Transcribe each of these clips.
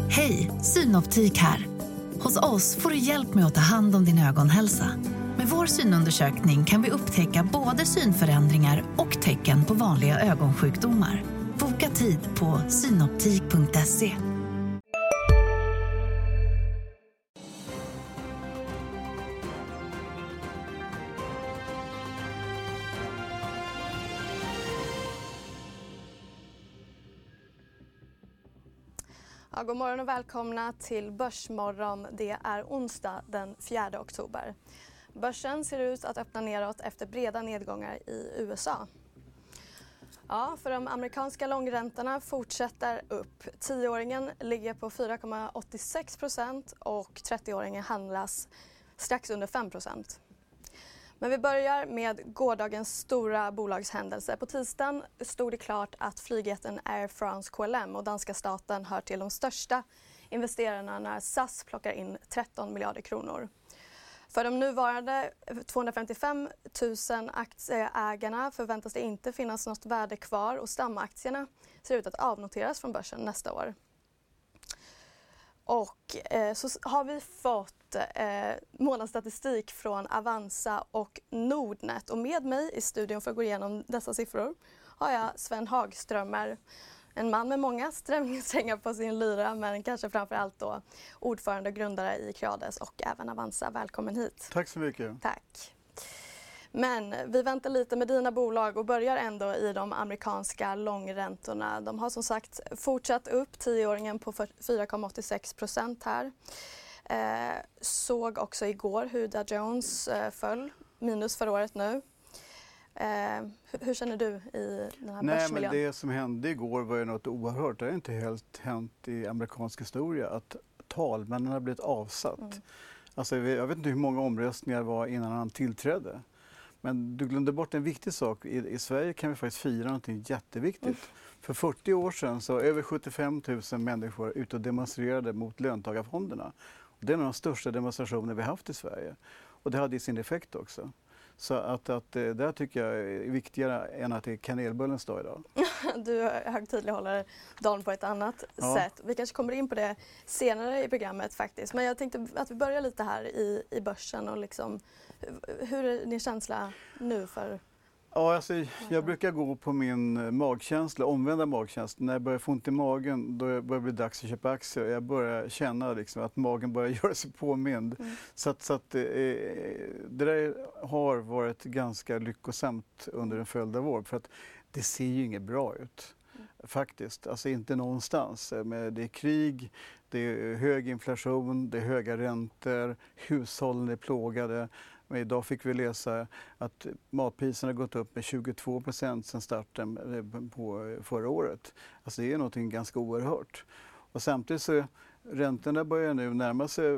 Hej, Synoptik här. Hos oss får du hjälp med att ta hand om din ögonhälsa. Med vår synundersökning kan vi upptäcka både synförändringar och tecken på vanliga ögonsjukdomar. Boka tid på synoptik.se. Ja, god morgon och välkomna till Börsmorgon. Det är onsdag den 4 oktober. Börsen ser ut att öppna neråt efter breda nedgångar i USA. Ja, för de amerikanska långräntorna fortsätter upp. 10-åringen ligger på 4,86% och 30-åringen handlas strax under 5%. Men vi börjar med gårdagens stora bolagshändelse. På tisdagen stod det klart att flygjätten Air France KLM och danska staten hör till de största investerarna när SAS plockar in 13 miljarder kronor. För de nuvarande 255 000 aktieägarna förväntas det inte finnas något värde kvar och stamaktierna ser ut att avnoteras från börsen nästa år. Och så har vi fått månadsstatistik från Avanza och Nordnet. Och med mig i studion för att gå igenom dessa siffror har jag Sven Hagströmer. En man med många strängar på sin lyra, men kanske framförallt då ordförande och grundare i Creades och även Avanza. Välkommen hit. Tack så mycket. Tack. Men vi väntar lite med dina bolag och börjar ändå i de amerikanska långräntorna. De har som sagt fortsatt upp, 10-åringen på 4,86% här. Såg också igår hur Dow Jones föll, minus för året nu. Hur känner du i den här börsmiljön? Men det som hände igår var ju något oerhört. Det har inte helt hänt i amerikansk historia att talmännen har blivit avsatt. Alltså, jag vet inte hur många omröstningar var innan han tillträdde. Men du glömde bort en viktig sak. I Sverige kan vi faktiskt fira någonting jätteviktigt. För 40 år sedan så över 75 000 människor ute och demonstrerade mot löntagarfonderna. Och det är en av de största demonstrationer vi haft i Sverige. Och det hade sin effekt också. Så att det tycker jag är viktigare än att det är kanelbullens dag idag. Du högtidlighåller dagen på ett annat sätt. Vi kanske kommer in på det senare i programmet faktiskt. Men jag tänkte att vi börjar lite här i börsen och liksom, hur är din känsla nu för? Ja, alltså, jag brukar gå på min magkänsla, omvända magkänsla. När jag börjar få ont i magen, då börjar det bli dags att köpa aktier. Jag börjar känna liksom, att magen börjar göra sig påmind. Så att det där har varit ganska lyckosamt under en följd av år. För att det ser ju inget bra ut. Faktiskt, alltså inte någonstans. Men det är krig, det är hög inflation, det är höga räntor, hushållen är plågade. Men idag fick vi läsa att matpriserna har gått upp med 22% sedan starten på förra året. Alltså det är någonting ganska oerhört. Och samtidigt så räntorna börjar nu närma sig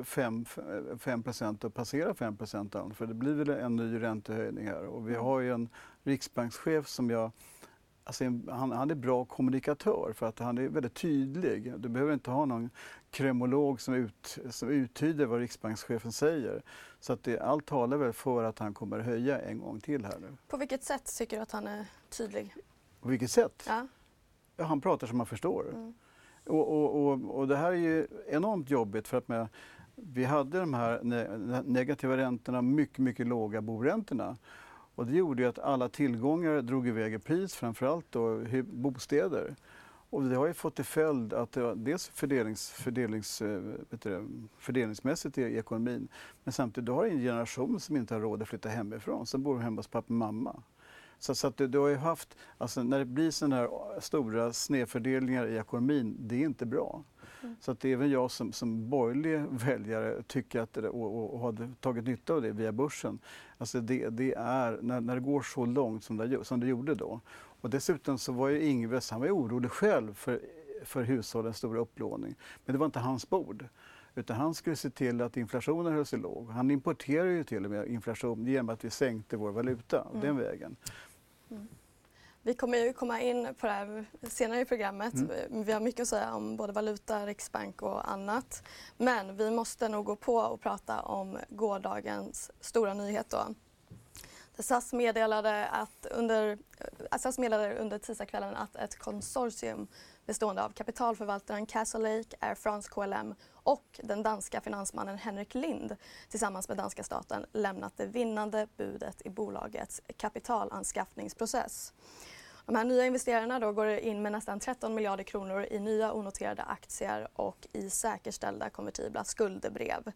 5% och passera 5%. För det blir väl en ny räntehöjning här. Och vi har ju en riksbankschef som han är bra kommunikatör för att han är väldigt tydlig. Du behöver inte ha någon kremolog som uttyder vad riksbankschefen säger. Så att allt talar väl för att han kommer höja en gång till här nu. På vilket sätt tycker du att han är tydlig? På vilket sätt? Ja. Ja, han pratar som man förstår. Och det här är ju enormt jobbigt för att vi hade de här negativa räntorna, mycket, mycket låga boräntorna. Och det gjorde ju att alla tillgångar drog iväg i pris, framförallt då bostäder. Och det har ju fått till följd att det var dels fördelningsmässigt i ekonomin, men samtidigt har en generation som inte har råd att flytta hemifrån, som bor hemma hos pappa och mamma. Så att du har ju haft, alltså när det blir sådana här stora snedfördelningar i ekonomin, det är inte bra. Så att även jag som borgerlig väljare tycker att och har tagit nytta av det via börsen. Alltså det är när det går så långt som det gjorde då. Och dessutom så var ju Ingves, han var orolig själv för hushållens stora upplåning. Men det var inte hans bord. Utan han skulle se till att inflationen höll sig låg. Han importerar ju till och med inflation genom att vi sänkte vår valuta den vägen. Vi kommer ju komma in på det här senare i programmet. Vi har mycket att säga om både valuta, riksbank och annat. Men vi måste nog gå på och prata om gårdagens stora nyhet då. SAS meddelade under tisdagskvällen att ett konsortium bestående av kapitalförvaltaren Castle Lake, Air France KLM och den danska finansmannen Henrik Lind tillsammans med danska staten lämnat det vinnande budet i bolagets kapitalanskaffningsprocess. De här nya investerarna då går in med nästan 13 miljarder kronor i nya onoterade aktier och i säkerställda konvertibla skuldebrev.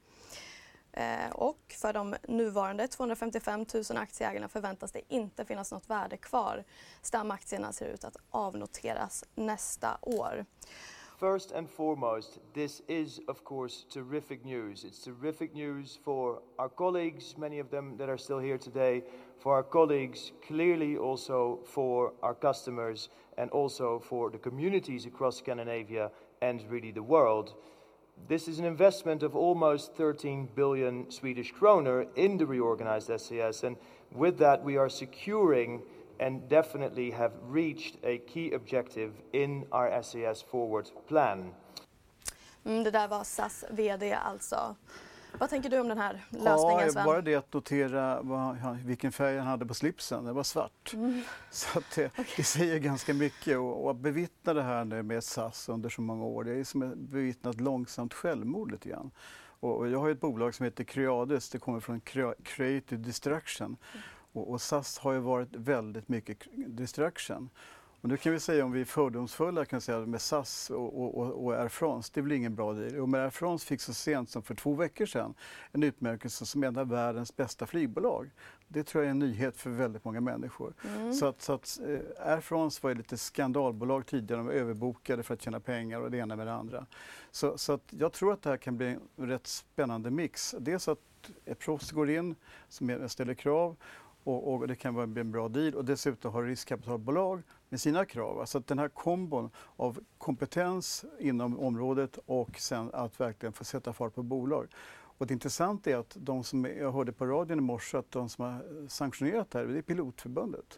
Och för de nuvarande 255 000 aktieägarna förväntas det inte finnas något värde kvar. Stamaktierna ser ut att avnoteras nästa år. First and foremost, this is of course terrific news. It's terrific news for our colleagues, many of them that are still here today, for our colleagues, clearly also for our customers and also for the communities across Scandinavia and really the world. This is an investment of almost 13 billion Swedish kronor in the reorganized SES, and with that we are securing and definitely have reached a key objective in our SES Forward plan. Det där var SAS VD alltså. Vad tänker du om den här lösningen, Sven? Bara det att notera vilken färg han hade på slipsen, det var svart. Så att det säger ganska mycket och att bevittna det här nu med SAS under så många år, det är som att bevittna ett långsamt självmord lite grann. Och jag har ett bolag som heter Creades, det kommer från Creative Destruction. Och SAS har ju varit väldigt mycket distraction. Och nu kan vi säga, om vi är fördomsfulla, kan säga med SAS och Air France, det blir ingen bra deal. Och med Air France fick så sent som för 2 veckor sedan en utmärkelse som en av världens bästa flygbolag. Det tror jag är en nyhet för väldigt många människor. Så att Air France var ju lite skandalbolag tidigare, de var överbokade för att tjäna pengar och det ena med det andra. Så att jag tror att det här kan bli en rätt spännande mix. Dels att ett proffs går in som ställer krav, och det kan vara en bra deal, och dessutom har riskkapitalbolag med sina krav. Så att den här kombon av kompetens inom området och sen att verkligen få sätta fart på bolag. Och det intressanta är att de som jag hörde på radion i morse, att de som har sanktionerat det här, det är Pilotförbundet.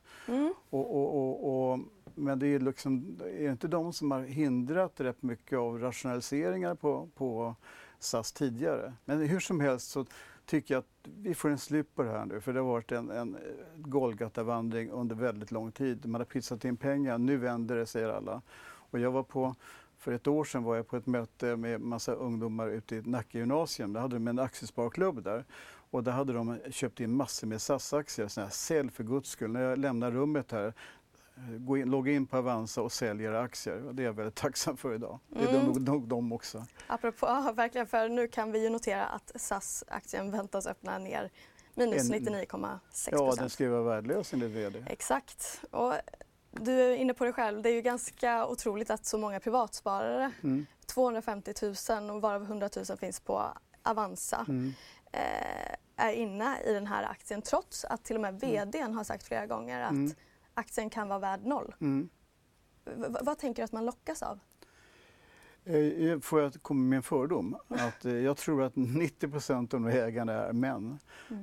Men det är liksom, är inte de som har hindrat rätt mycket av rationaliseringar på SAS tidigare. Men hur som helst så tycker jag att vi får en slut på det här nu, för det har varit en Golgata-vandring under väldigt lång tid. Man har pytsat in pengar, nu vänder det, säger alla. Och för ett år sedan var jag på ett möte med massa ungdomar ute i Nacka gymnasium. Där hade de en aktiesparklubb där. Och där hade de köpt in massor med SAS-aktier. Sådana här, sälj för guds skull. När jag lämnar rummet här, logga in på Avanza och sälja era aktier. Det är jag väldigt tacksam för idag. Det är nog de också. Apropå, verkligen, för nu kan vi ju notera att SAS-aktien väntas öppna ner minus 99,6%. Ja, den ska ju vara värdelös enligt VD. Exakt. Och du är inne på det själv. Det är ju ganska otroligt att så många privatsparare, 250 000 och varav 100 000 finns på Avanza, är inne i den här aktien, trots att till och med VD:n har sagt flera gånger att aktien kan vara värd 0. Vad tänker du att man lockas av? Får jag komma med en fördom? Att jag tror att 90% av de ägarna är män.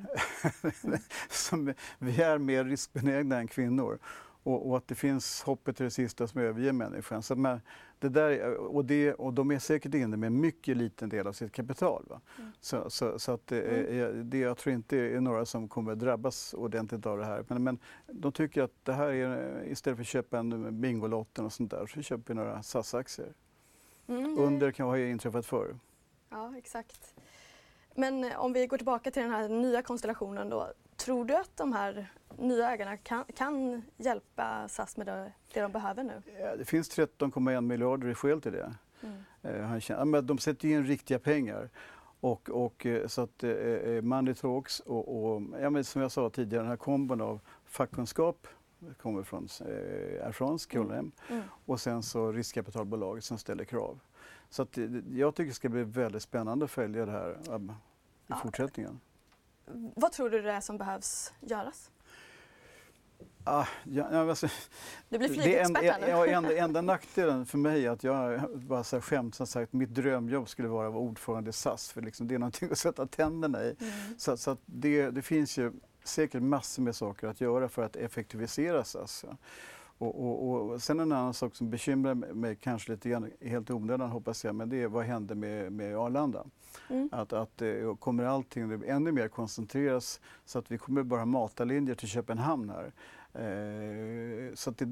Vi är mer riskbenägna än kvinnor. Och att det finns hoppet till det sista som överger människan. Så det där, och de är säkert inne med en mycket liten del av sitt kapital. Va? Så att jag tror inte är några som kommer drabbas ordentligt av det här. Men de tycker att det här är, istället för att köpa en Bingolotten och sånt där, så köper vi några SAS-aktier. Under kan ha inträffat förr. Ja, exakt. Men om vi går tillbaka till den här nya konstellationen då. Tror du att de här nya ägarna kan hjälpa SAS med det de behöver nu? Ja, det finns 13,1 miljarder i skäl till det. Men de sätter in riktiga pengar. Och så att money talks och men som jag sa tidigare, den här kombon av fackkunskap kommer från Air France, KLM, och sen så riskkapitalbolaget som ställer krav. Så att jag tycker det ska bli väldigt spännande att följa det här i fortsättningen. Vad tror du det är som behövs göras? Du blir flygexpert här nu. Enda nackdelen för mig är att jag bara så skämtsamt sagt mitt drömjobb skulle vara att vara ordförande i SAS. För liksom, det är någonting att sätta tänderna i. Så att det finns ju säkert massor med saker att göra för att effektivisera SAS. Och sen en annan sak som bekymrar mig kanske lite grann, helt onödan hoppas jag, men det är vad händer med Arlanda. Att kommer allting ännu mer koncentreras så att vi kommer bara matarlinjer till Köpenhamn här. Så att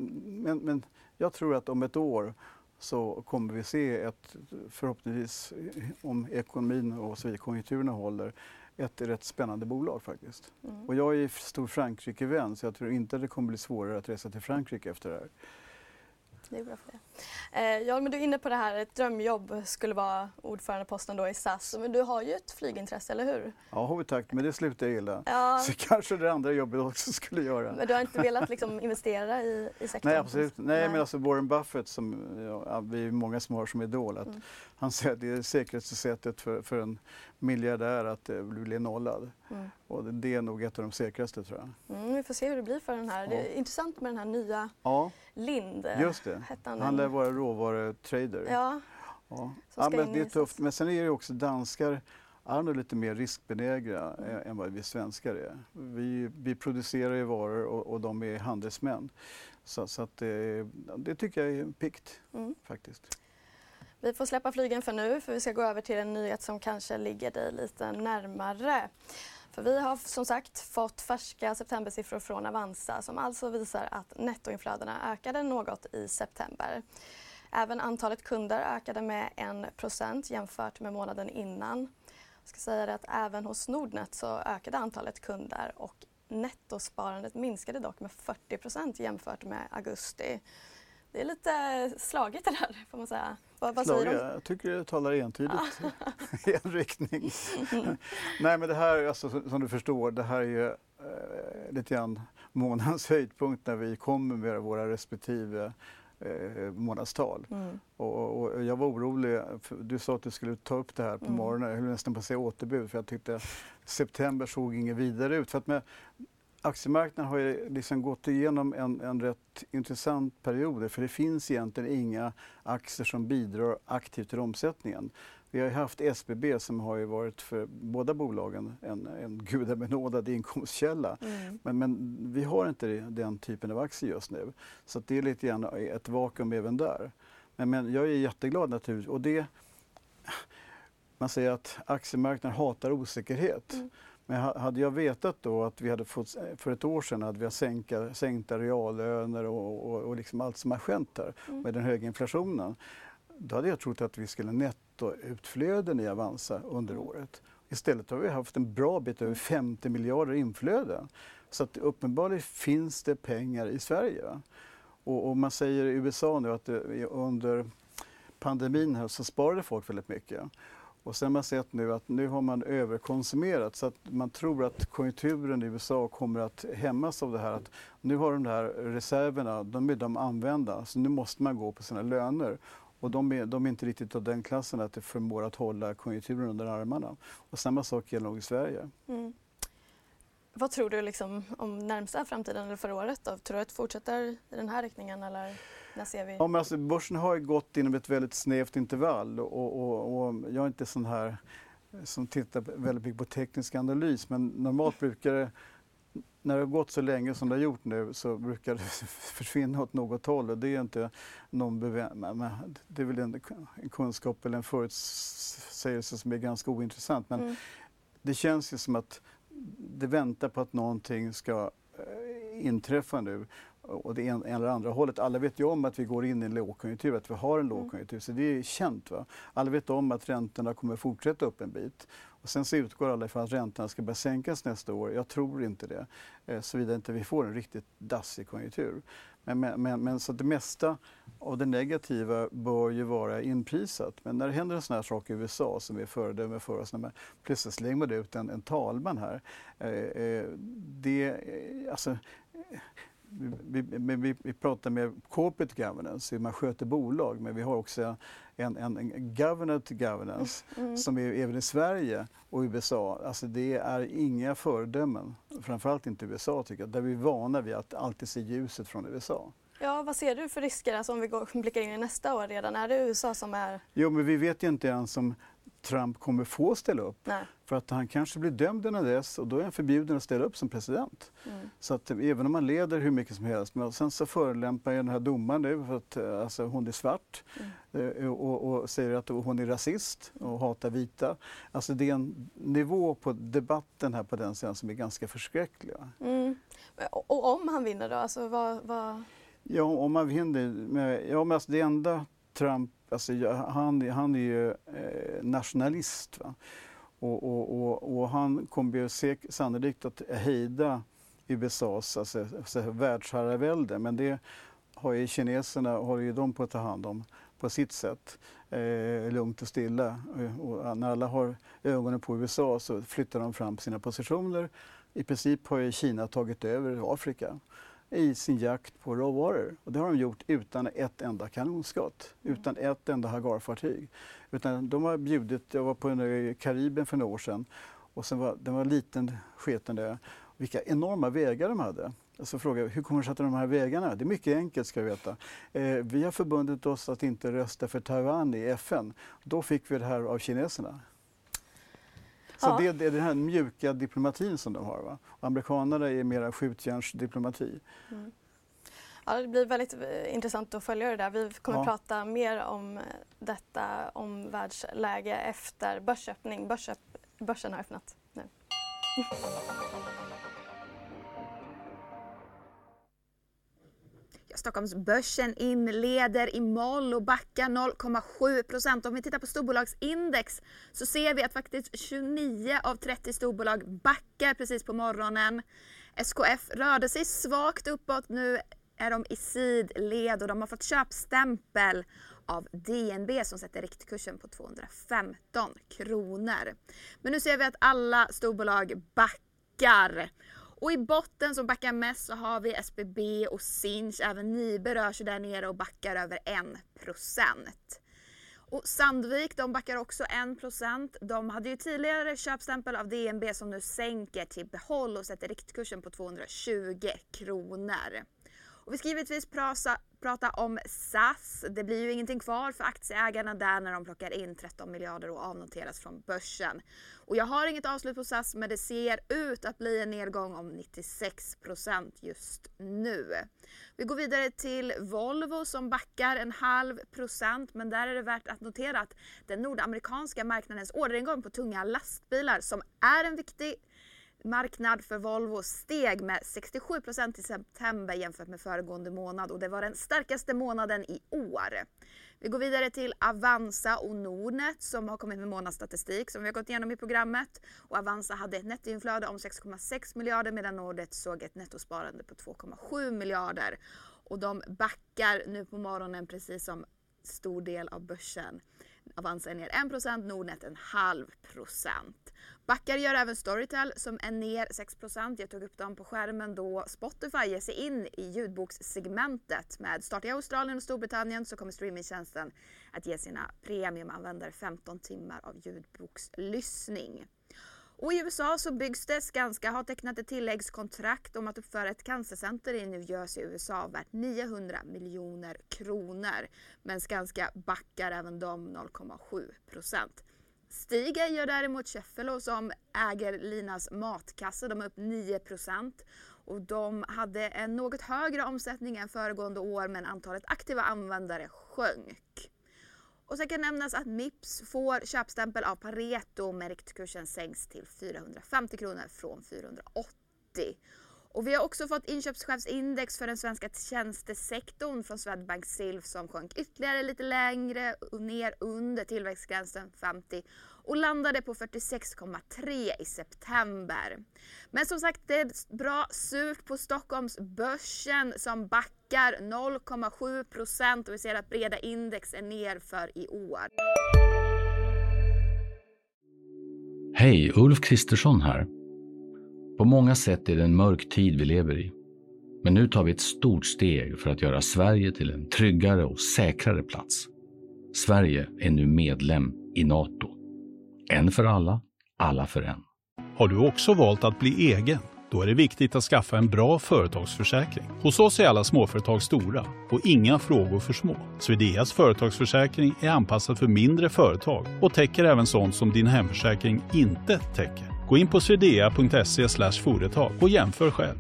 men jag tror att om ett år så kommer vi se ett, förhoppningsvis om ekonomin och så vidare, konjunkturerna håller, ett rätt spännande bolag faktiskt. Och jag är stor Frankrike-vän så jag tror inte att det kommer bli svårare att resa till Frankrike efter det här. Det är bra för det. Ja, men du är inne på det här, ett drömjobb skulle vara ordförandeposten då i SAS. Men du har ju ett flygintresse, eller hur? Ja, har vi tack, men det slutar jag illa. Ja. Så kanske det andra jobbet också skulle göra. Men du har inte velat liksom investera i sektorn? Nej, absolut. Nej, men alltså Warren Buffett, som vi är många som har som idol, att han säger att det är säkerhetssättet för en miljardär att bli nollad. Och det är nog ett av de säkraste, tror jag. Vi får se hur det blir för den här. Det är intressant med den här nya Lind. Just det. Han lär vara råvarutrader. Ja. Men det är tufft. Men sen är det också danskar är nog lite mer riskbenägna än vad vi svenskar är. Vi producerar ju varor och de är handelsmän. Så att det tycker jag är pikt faktiskt. Vi får släppa flygen för nu, för vi ska gå över till en nyhet som kanske ligger dig lite närmare. För vi har som sagt fått färska septembersiffror från Avanza som alltså visar att nettoinflödena ökade något i september. Även antalet kunder ökade med 1% jämfört med månaden innan. Jag ska säga att även hos Nordnet så ökade antalet kunder och nettosparandet minskade dock med 40% jämfört med augusti. Det är lite slagigt det där, får man säga. Vad säger du? Jag tycker det talar entydigt i en riktning. Nej, men det här, alltså, som du förstår, det här är ju lite grann månadens höjdpunkt när vi kommer med våra respektive månadstal. Och jag var orolig, du sa att du skulle ta upp det här på morgonen, jag höll nästan på att säga återbud, för jag tyckte september såg inget vidare ut. För att aktiemarknaden har ju liksom gått igenom en rätt intressant period, för det finns egentligen inga aktier som bidrar aktivt till omsättningen. Vi har ju haft SBB som har ju varit för båda bolagen en gudabenådad inkomstkälla. Men vi har inte den typen av aktier just nu. Så att det är lite grann ett vakuum även där. Men jag är jätteglad naturligtvis. Och man säger att aktiemarknaden hatar osäkerhet. Men hade jag vetat då att vi hade fått, för ett år sedan, att vi har sänkta reallöner och liksom allt som har skett här med den höga inflationen, då hade jag trott att vi skulle nettoutflöden i Avanza under året. Istället har vi haft en bra bit över 50 miljarder inflöden. Så att uppenbarligen finns det pengar i Sverige. Och man säger i USA nu att under pandemin här så sparade folk väldigt mycket. Och sen har man sett nu att nu har man överkonsumerat, så att man tror att konjunkturen i USA kommer att hämmas av det här. Att nu har de här reserverna, de är använda, så nu måste man gå på sina löner. Och de är inte riktigt av den klassen att det förmår att hålla konjunkturen under armarna. Och samma sak gäller nog i Sverige. Vad tror du liksom om närmsta framtiden eller förra året då? Tror du att det fortsätter i den här riktningen eller när ser vi? Ja, men alltså, börsen har ju gått inom ett väldigt snävt intervall och jag är inte sån här som tittar väldigt mycket på teknisk analys, men normalt brukar det, när det har gått så länge som det har gjort nu, så brukar det försvinna åt något håll, och det är inte det är väl en kunskap eller en förutsägelse som är ganska ointressant, men det känns ju som att det väntar på att någonting ska inträffa nu, och det ena eller andra hållet. Alla vet ju om att vi går in i en lågkonjunktur, att vi har en lågkonjunktur, så det är känt. Va? Alla vet om att räntorna kommer fortsätta upp en bit. Och sen så utgår alla för att räntorna ska börja sänkas nästa år. Jag tror inte det, såvida inte vi får en riktigt dassig konjunktur. Men så det mesta av det negativa bör ju vara inprisat. Men när det händer en sån här sak i USA som är föredöme för oss, när man plötsligt slänger man ut en talman här, vi pratar med corporate governance, hur man sköter bolag, men vi har också en governance som är även i Sverige och USA. Alltså det är inga föredömen, framförallt inte i USA tycker jag, där vi är vana vid att alltid se ljuset från USA. Ja, vad ser du för risker alltså, om vi blickar in i nästa år redan? Är det USA som är... Jo, men vi vet ju inte ens om Trump kommer få ställa upp. Nej. För att han kanske blir dömd innan dess och då är han förbjuden att ställa upp som president. Så att även om man leder hur mycket som helst, men sen så förolämpar den här domaren nu för att alltså, hon är svart och säger att hon är rasist och hatar vita. Alltså det är en nivå på debatten här på den sidan som är ganska förskräcklig. Och om han vinner då? Alltså vad... Ja, om man vinner. Ja, men alltså det enda Trump, alltså, han är ju nationalist. Va? Och han kommer ju sannolikt att hejda USAs alltså, världsherravälde. Men det har ju kineserna de på att ta hand om på sitt sätt. Lugnt och stilla. Och när alla har ögonen på USA så flyttar de fram sina positioner. I princip har ju Kina tagit över Afrika i sin jakt på råvaror. Och det har de gjort utan ett enda kanonskott, utan ett enda hangarfartyg. Utan de har bjudit, jag var på Karibien för några år sedan och sen den var liten sketen där. Vilka enorma vägar de hade. Så frågade jag, hur kommer det sig att de här vägarna? Det är mycket enkelt ska jag veta. Vi har förbundit oss att inte rösta för Taiwan i FN. Då fick vi det här av kineserna. Så det är den här mjuka diplomatin som de har. Va? Och amerikanerna är mera skjutjärnsdiplomati. Ja, det blir väldigt intressant att följa det där. Vi kommer prata mer om detta, om världsläge efter börsöppning. Börsen har öppnat nu. Stockholmsbörsen inleder i moll och backar 0,7%. Om vi tittar på storbolagsindex så ser vi att faktiskt 29 av 30 storbolag backar precis på morgonen. SKF rörde sig svagt uppåt. Nu är de i sidled och de har fått köpstämpel av DNB som sätter riktkursen på 215 kronor. Men nu ser vi att alla storbolag backar. Och i botten som backar mest så har vi SBB och Sinch. Även Nibe rör sig där nere och backar över 1%. Och Sandvik, de backar också 1%. De hade ju tidigare köpstämpel av DNB som nu sänker till behåll och sätter riktkursen på 220 kronor. Och vi ska givetvis prata om SAS. Det blir ju ingenting kvar för aktieägarna där när de plockar in 13 miljarder och avnoteras från börsen. Och jag har inget avslut på SAS, men det ser ut att bli en nedgång om 96% just nu. Vi går vidare till Volvo som backar 0,5%, men där är det värt att notera att den nordamerikanska marknadens orderingång på tunga lastbilar, som är en viktig marknad för Volvo, steg med 67% i september jämfört med föregående månad och det var den starkaste månaden i år. Vi går vidare till Avanza och Nordnet som har kommit med månadsstatistik som vi har gått igenom i programmet. Och Avanza hade ett nettoinflöde om 6,6 miljarder medan Nordnet såg ett nettosparande på 2,7 miljarder. Och de backar nu på morgonen precis som stor del av börsen. Avanza är ner 1%, Nordnet 0,5%. Backar gör även Storytel som är ner 6%. Jag tog upp dem på skärmen då Spotify ger sig in i ljudbokssegmentet. Med start i Australien och Storbritannien så kommer streamingtjänsten att ge sina premiumanvändare 15 timmar av ljudbokslyssning. Och i USA så byggs det. Skanska har tecknat ett tilläggskontrakt om att uppföra ett cancercenter i New Jersey, USA, värt 900 miljoner kronor. Men Skanska backar även de 0,7%. Stiger gör däremot Cheffelo som äger Linas matkasse. De är upp 9% och de hade en något högre omsättning än föregående år, men antalet aktiva användare sjönk. Och så kan nämnas att Mips får köpstämpel av Pareto med riktkursen sänks till 450 kronor från 480. Och vi har också fått inköpschefsindex för den svenska tjänstesektorn från Swedbank Silf som sjönk ytterligare lite längre och ner under tillväxtgränsen 50 och landade på 46,3 i september. Men som sagt, det är bra surt på Stockholmsbörsen som backar 0,7% och vi ser att breda index är ner för i år. Hej, Ulf Kristersson här. På många sätt är det en mörk tid vi lever i. Men nu tar vi ett stort steg för att göra Sverige till en tryggare och säkrare plats. Sverige är nu medlem i NATO. En för alla, alla för en. Har du också valt att bli egen? Då är det viktigt att skaffa en bra företagsförsäkring. Hos oss är alla småföretag stora och inga frågor för små. Swedeas företagsförsäkring är anpassad för mindre företag och täcker även sånt som din hemförsäkring inte täcker. Gå in på swedea.se/företag och jämför själv.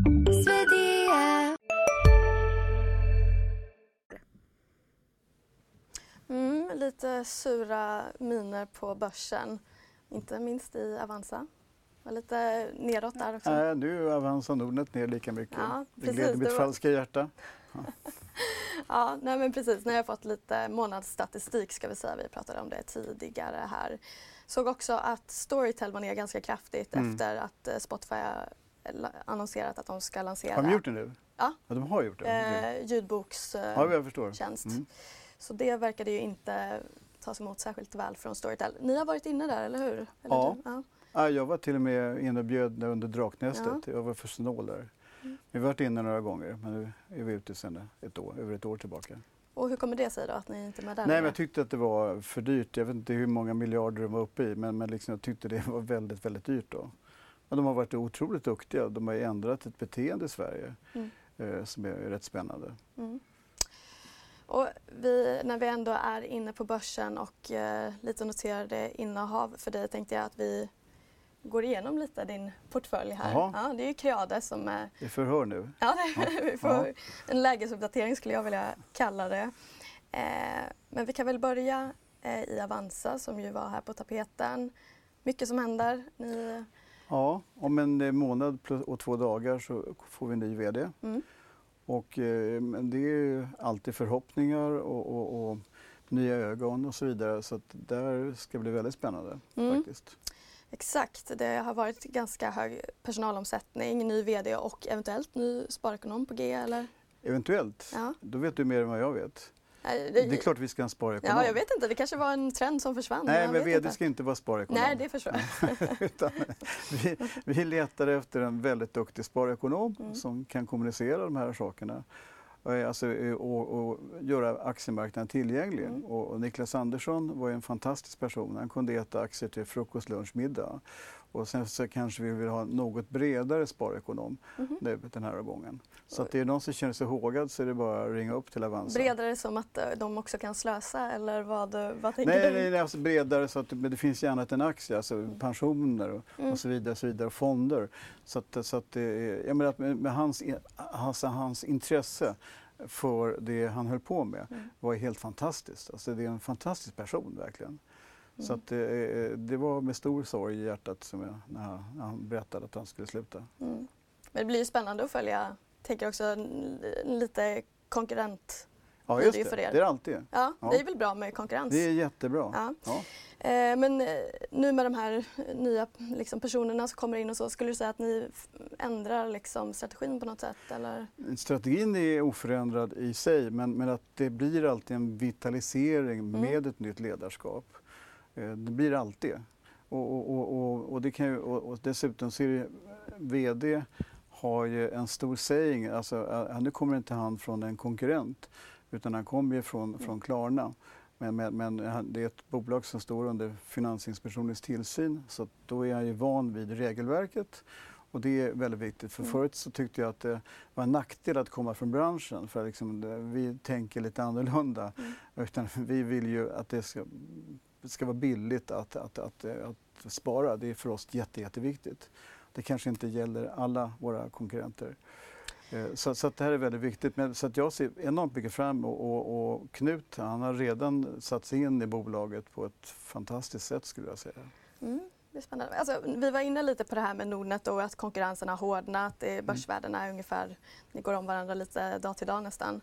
Lite sura miner på börsen, inte minst i Avanza. Och lite neråt där också. Nej, nu är Avanza Nordnet ner lika mycket. Ja, det gläder mitt falska hjärta. Ja. Ja, nej men precis. Nu har jag fått lite månadsstatistik ska vi säga. Vi pratade om det tidigare här. Såg också att Storytel var ner ganska kraftigt efter att Spotify annonserat att de ska lansera. Har de gjort det nu? Ja. Ja, de har gjort det. Ljudbokstjänst. Så det verkade ju inte tas emot särskilt väl från Storytel. Ni har varit inne där, eller hur? Eller ja. Ja. Ja, jag var till och med inne och bjöd under Draknästet. Ja. Jag var för snål där. Vi har varit inne några gånger, men nu är vi ute sedan över ett år tillbaka. Och hur kommer det sig då att ni inte är med där? Nej, men jag tyckte att det var för dyrt. Jag vet inte hur många miljarder de var uppe i, men liksom jag tyckte det var väldigt, väldigt dyrt då. Men de har varit otroligt duktiga. De har ändrat ett beteende i Sverige som är rätt spännande. Och när vi ändå är inne på börsen och lite noterade innehav för dig tänkte jag att vi går igenom lite din portfölj här. Ja, det är ju Creade som är... Det är förhör nu. Ja, vi får en lägesuppdatering skulle jag vilja kalla det. Men vi kan väl börja i Avanza som ju var här på tapeten. Mycket som händer. Ja, om en månad och 2 dagar så får vi en ny vd. Och det är ju alltid förhoppningar och nya ögon och så vidare. Så att där ska det bli väldigt spännande faktiskt. Exakt, det har varit ganska hög personalomsättning, ny vd och eventuellt ny sparekonom på G eller? Eventuellt? Ja. Då vet du mer än vad jag vet. Det är klart vi ska ha en sparekonom. Ja, jag vet inte. Det kanske var en trend som försvann. Nej, men vd ska inte vara sparekonom. Nej, det försvann. Utan vi letar efter en väldigt duktig sparekonom som kan kommunicera de här sakerna. Alltså, och göra aktiemarknaden tillgänglig. Och Niklas Andersson var en fantastisk person. Han kunde äta aktier till frukost, lunch, middag. Och sen så kanske vi vill ha något bredare sparekonom nu den här gången. Så att det är någon som känner sig hågad så är det bara att ringa upp till Avanza. Bredare som att de också kan slösa eller vad tänker du? Nej, alltså bredare så att det finns ju annat än aktier, alltså pensioner och så vidare och fonder. Så att jag menar att med hans intresse för det han höll på med var helt fantastiskt. Alltså det är en fantastisk person verkligen. Så att det var med stor sorg i hjärtat som när han berättade att han skulle sluta. Men det blir ju spännande att följa, tänker också lite konkurrent. Ja, just det. För er. Det är alltid. Ja, det är väl bra med konkurrens. Det är jättebra. Ja. Men nu med de här nya personerna som kommer in och så, skulle du säga att ni ändrar strategin på något sätt? Eller? Strategin är oförändrad i sig, men att det blir alltid en vitalisering med ett nytt ledarskap. Det blir alltid. Och det kan ju, och dessutom så är det, vd har ju en stor saying, alltså nu kommer inte han från en konkurrent utan han kommer ju från Klarna. Men det är ett bolag som står under Finansinspektionens tillsyn så då är han ju van vid regelverket. Och det är väldigt viktigt, för förut så tyckte jag att det var en nackdel att komma från branschen för vi tänker lite annorlunda. Utan vi vill ju att det ska vara billigt att spara. Det är för oss jätteviktigt. Det kanske inte gäller alla våra konkurrenter. Så att det här är väldigt viktigt. Men, så att jag ser enormt mycket fram och Knut, han har redan satt sig in i bolaget på ett fantastiskt sätt skulle jag säga. Det är spännande. Alltså, vi var inne lite på det här med Nordnet och att konkurrensen har hårdnat. Börsvärdena är ungefär, ni går om varandra lite dag till dag nästan.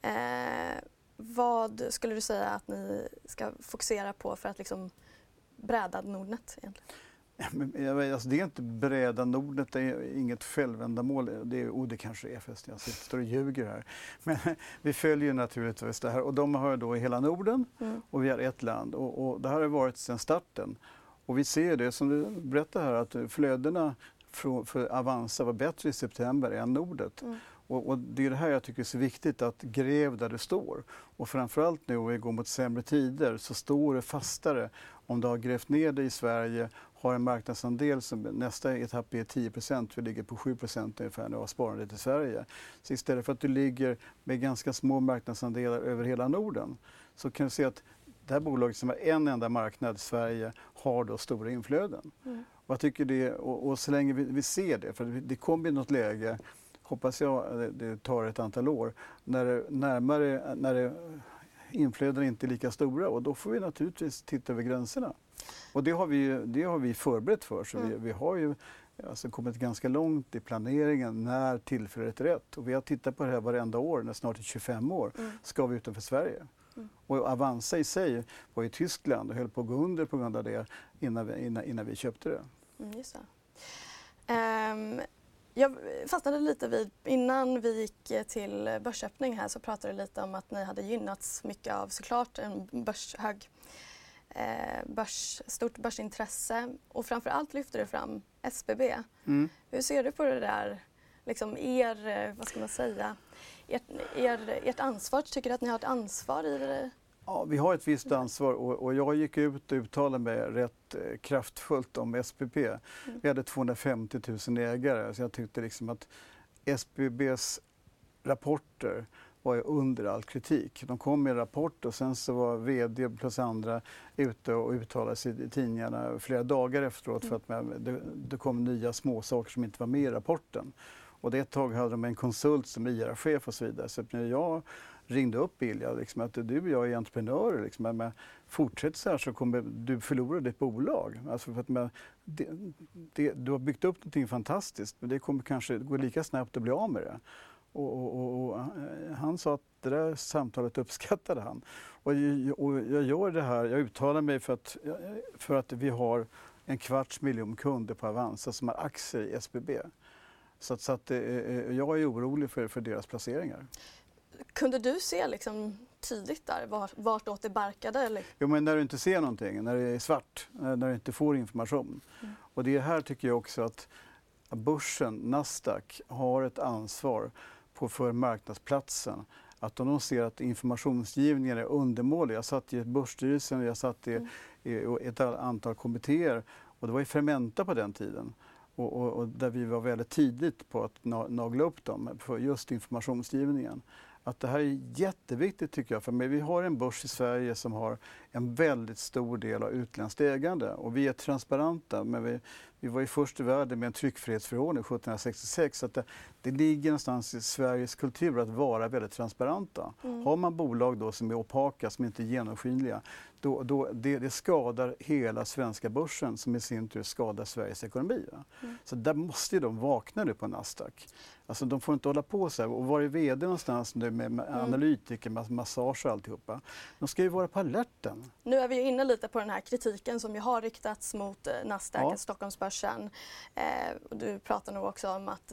Vad skulle du säga att ni ska fokusera på för att bräda Nordnet egentligen? Alltså det är inte bräda Nordnet, det är inget självändamål. Det kanske är förresten, jag står och ljuger här. Men vi följer naturligtvis det här och de har då i hela Norden och vi har ett land och det här har varit sedan starten. Och vi ser det som du berättar här att flödena för Avanza var bättre i september än Nordet. Och det är det här jag tycker är så viktigt, att gräv där det står. Och framförallt nu om vi går mot sämre tider så står det fastare. Om du har grävt ner det i Sverige, har en marknadsandel som nästa etapp är 10%, vi ligger på 7% ungefär nu av sparandet i Sverige. Så istället för att du ligger med ganska små marknadsandelar över hela Norden så kan du se att det här bolaget som har en enda marknad i Sverige har då stora inflöden. Och jag tycker det, och så länge vi ser det, för det kommer något läge, hoppas jag det tar ett antal år, när inflöden inte är lika stora, och då får vi naturligtvis titta över gränserna. Och det har vi förberett för, så vi har ju alltså kommit ganska långt i planeringen när tillfället är rätt. Och vi har tittat på det här varenda år, när snart är 25 år, ska vi utanför Sverige. Och Avanza i sig var i Tyskland och höll på att gå under på grund av det innan vi köpte det. Just det. Jag fastnade lite vid, innan vi gick till börsöppning här så pratade du lite om att ni hade gynnats mycket av såklart en stort börsintresse, och framförallt lyfter du fram SBB. Hur ser du på det där, liksom ert ansvar? Tycker du att ni har ett ansvar i det? Ja, vi har ett visst ansvar, och jag gick ut och uttalade mig rätt kraftfullt om SPP. Vi hade 250 000 ägare, så jag tyckte liksom att SBBs rapporter var under all kritik. De kom med en rapport och sen så var vd plus andra ute och uttalade sig i tidningarna flera dagar efteråt för att det kom nya små saker som inte var med i rapporten. Och det ett tag hade de en konsult som IR-chef och så vidare. Så när jag ringde upp Ilja, liksom, att du och jag är entreprenörer, liksom, men fortsätt så här så kommer du förlora ditt bolag. Alltså för att du har byggt upp någonting fantastiskt, men det kommer kanske gå lika snabbt att bli av med det. Och han sa att det där samtalet uppskattade han. Och jag gör det här, jag uttalar mig för att vi har 250 000 kunder på Avanza som har aktier i SBB. Så att jag är orolig för deras placeringar. Kunde du se liksom tydligt där vartåt det barkade? Eller? Jo, men när du inte ser någonting, när det är svart, när du inte får information. Och det här tycker jag också att börsen, Nasdaq, har ett ansvar för marknadsplatsen. Att om de ser att informationsgivningen är undermålig. Jag satt i börsstyrelsen, jag satt i ett antal kommittéer, och det var ju Fermenta på den tiden. Och där vi var väldigt tidigt på att nagla upp dem för just informationsgivningen. Att det här är jätteviktigt tycker jag, för vi har en börs i Sverige som har en väldigt stor del av utländskt ägande, och vi är transparenta, men vi var ju först i världen med en tryckfrihetsförordning 1766, så att det ligger någonstans i Sveriges kultur att vara väldigt transparenta. Har man bolag då som är opaka, som inte är genomskinliga, det skadar hela svenska börsen, som i sin tur skadar Sveriges ekonomi. Så där måste ju de vakna nu på Nasdaq. Alltså de får inte hålla på så här och vara vd någonstans nu med analytiker, massage och alltihopa. De ska ju vara på alerten. Nu är vi inne lite på den här kritiken som ju har riktats mot Nasdaq, Stockholmsbörsen. Du pratar nog också om att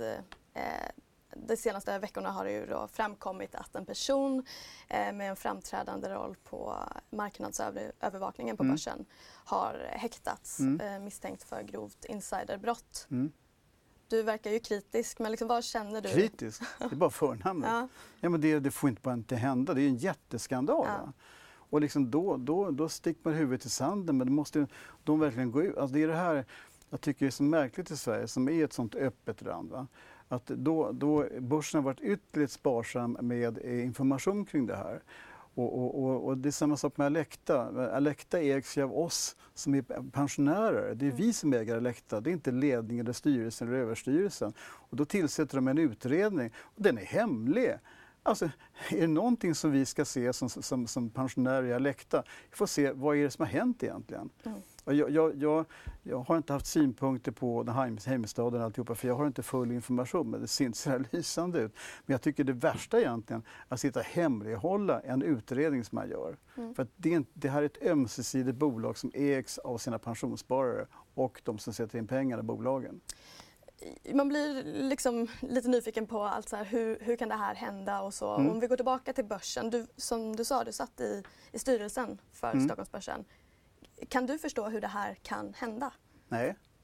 de senaste veckorna har det ju då framkommit att en person med en framträdande roll på marknadsövervakningen på börsen har häktats misstänkt för grovt insiderbrott. Du verkar ju kritisk, men liksom, vad känner du? Kritisk? Det är bara förnamnet. Ja, men det får inte hända. Det är en jätteskandal. Ja. Och liksom då sticker man huvudet i sanden, men det måste de verkligen gå ut. Alltså det är det här jag tycker är så märkligt i Sverige, som är ett sånt öppet land. Va? Att då börsen har varit ytterligt sparsam med information kring det här. Och det är samma sak med Alecta. Alecta ägs ju av oss som är pensionärer. Det är vi som äger Alecta. Det är inte ledningen eller styrelsen eller överstyrelsen. Och då tillsätter de en utredning och den är hemlig. Alltså, är det någonting som vi ska se som pensionärer i Alecta? Vi får se vad är det som har hänt egentligen. Och jag har inte haft synpunkter på den här hemstaden och alltihopa, för jag har inte full information, men det ser inte så här lysande ut. Men jag tycker det värsta egentligen är att sitta och hemlighålla en utredning som man gör. För att det här är ett ömsesidigt bolag som ägs av sina pensionssparare och de som sätter in pengar i bolagen. Man blir liksom lite nyfiken på allt så här, hur kan det här hända och så. Om vi går tillbaka till börsen, som du sa, du satt i styrelsen för Stockholmsbörsen. Kan du förstå hur det här kan hända? Nej.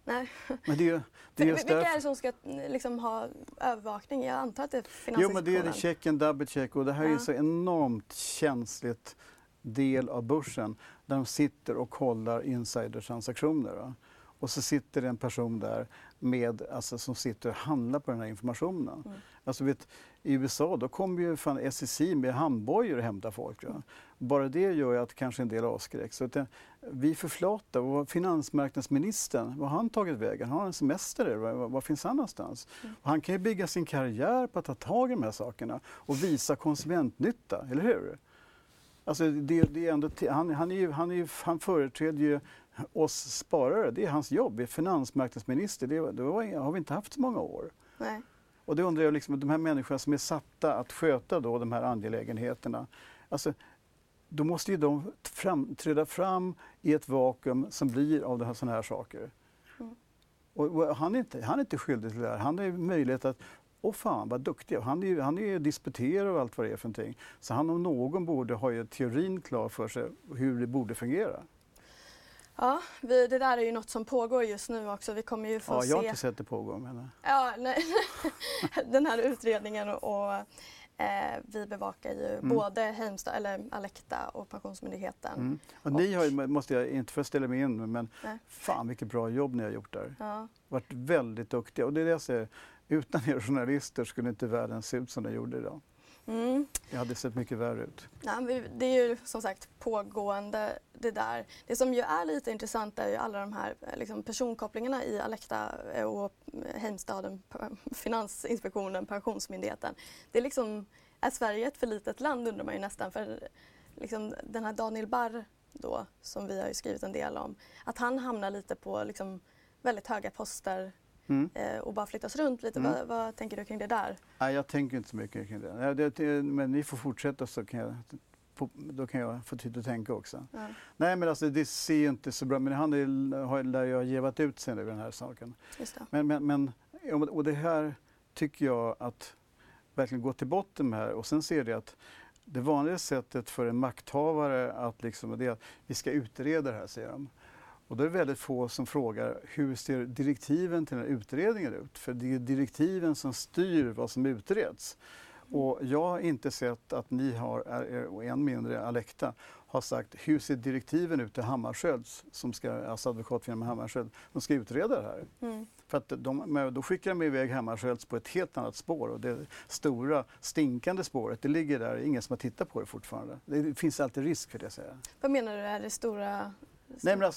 Nej. Men det är just vilka är det som ska liksom ha övervakning? Jag antar att det är Finansinspektionen. Jo, men det är check and double check och det här är så enormt känsligt del av börsen där de sitter och kollar insidertransaktioner. Va? Och så sitter det en person där som sitter och handlar på den här informationen. Alltså i USA då kommer ju fan SEC med handbojor och hämtar folk. Va? Bara det gör ju att kanske en del avskräcks. Så vi förflatar. Och finansmarknadsministern, vad har han tagit vägen? Har han en semester? Var finns han någonstans? Och han kan ju bygga sin karriär på att ta tag i de här sakerna och visa konsumentnytta, eller hur? Alltså det är ändå, han företräder ju oss sparare, det är hans jobb. Vi är finansmarknadsminister, det har vi inte haft så många år. Nej. Och det undrar jag, liksom, de här människorna som är satta att sköta då de här angelägenheterna, alltså, då måste ju de träda fram i ett vakuum som blir av sådana här saker. Och han är inte skyldig till det här. Han har ju möjlighet att fan vad duktig. Han är ju disputerad och allt vad det är för någonting. Så han om någon borde ha ju teorin klar för sig hur det borde fungera. Ja, det där är ju något som pågår just nu också. Vi kommer ju få se... jag har inte sett det pågå. Men... Ja, nej. Den här utredningen och vi bevakar ju både Heimstad, eller Alecta och Pensionsmyndigheten. Och ni har, måste jag inte förställa mig in, men fan vilket bra jobb ni har gjort där. Ja. Varit väldigt duktiga. Och det är det jag säger, utan er journalister skulle inte världen se ut som den gjorde idag. Jag hade sett mycket värre ut. Ja, det är ju som sagt pågående det där. Det som ju är lite intressant är ju alla de här liksom, personkopplingarna i Alecta och Heimstaden, Finansinspektionen, Pensionsmyndigheten. Det är liksom, är Sverige ett för litet land undrar man ju nästan, för liksom, den här Daniel Barr då, som vi har ju skrivit en del om, att han hamnar lite på liksom, väldigt höga poster och bara flyttas runt lite. Vad tänker du kring det där? Nej, jag tänker inte så mycket kring det. Men ni får fortsätta så då kan jag få tid att tänka också. Ja. Nej, men alltså det ser ju inte så bra, men han lär ju ha gevat ut sig nu den här saken. Just det. Men och det här tycker jag att verkligen gå till botten med här och sen ser det att det vanliga sättet för en makthavare att liksom, det är att vi ska utreda det här, säger de. Och då är det väldigt få som frågar hur ser direktiven till den här utredningen ut? För det är direktiven som styr vad som utreds. Och jag har inte sett att ni har, och än mindre Alecta, har sagt hur ser direktiven ut till Hammarskjölds, alltså advokatfirman Hammarskjöld, som ska utreda det här. För att då skickar de iväg Hammarskjölds på ett helt annat spår och det stora stinkande spåret, det ligger där, ingen som har tittat på det fortfarande. Det finns alltid risk för det, säger jag. Vad menar du är det stora? Nej, men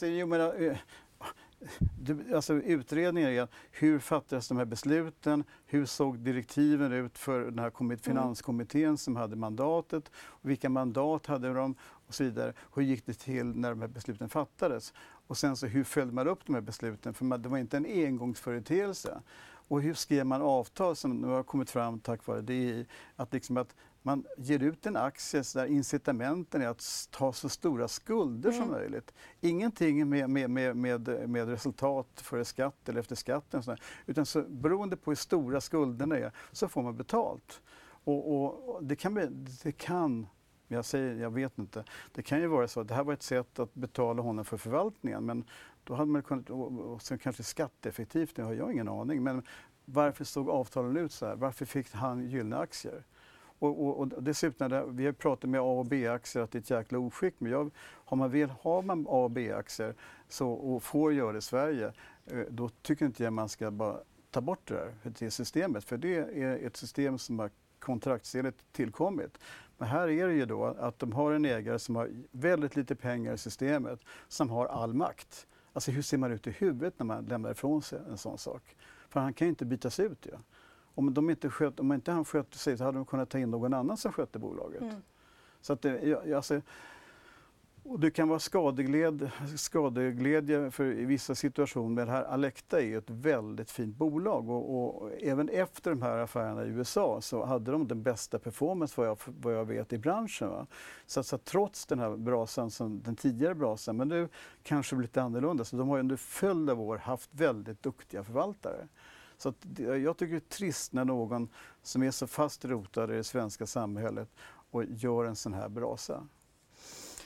alltså, utredningen är hur fattades de här besluten, hur såg direktiven ut för den här finanskommittén som hade mandatet, och vilka mandat hade de och så vidare. Hur gick det till när de här besluten fattades? Och sen så hur följde man upp de här besluten? För det var inte en engångsföreteelse. Och hur skrev man avtal som nu har kommit fram tack vare det, att man ger ut en aktie där incitamenten är att ta så stora skulder som möjligt. Ingenting med resultat före skatt eller efter skatten, utan så, beroende på hur stora skulderna är så får man betalt. Och det kan jag vet inte, det kan ju vara så att det här var ett sätt att betala honom för förvaltningen, men då hade man kunnat, och sen kanske skatteeffektivt, det har jag ingen aning, men varför såg avtalen ut så här? Varför fick han gyllene aktier? Och dessutom, vi har pratat med A och B-aktier att det är ett jäkla oskick, men har man A och B-aktier och får göra det i Sverige, då tycker inte jag man ska bara ta bort det systemet, för det är ett system som har kontraktsenligt tillkommit. Men här är det ju då att de har en ägare som har väldigt lite pengar i systemet, som har all makt. Alltså hur ser man ut i huvudet när man lämnar ifrån sig en sån sak? För han kan ju inte bytas ut. Ja. Om inte han skötte sig så hade de kunnat ta in någon annan som skötte bolaget. Så att och det kan vara skadeglädje för i vissa situationer, men det här Alecta är ett väldigt fint bolag och även efter de här affärerna i USA så hade de den bästa performance vad jag vet i branschen. Va? Så trots den här brasan, den tidigare brasan, men nu kanske lite annorlunda, så de har under följd av år haft väldigt duktiga förvaltare. Så jag tycker det är trist när någon som är så fast rotad i det svenska samhället och gör en sån här brasa.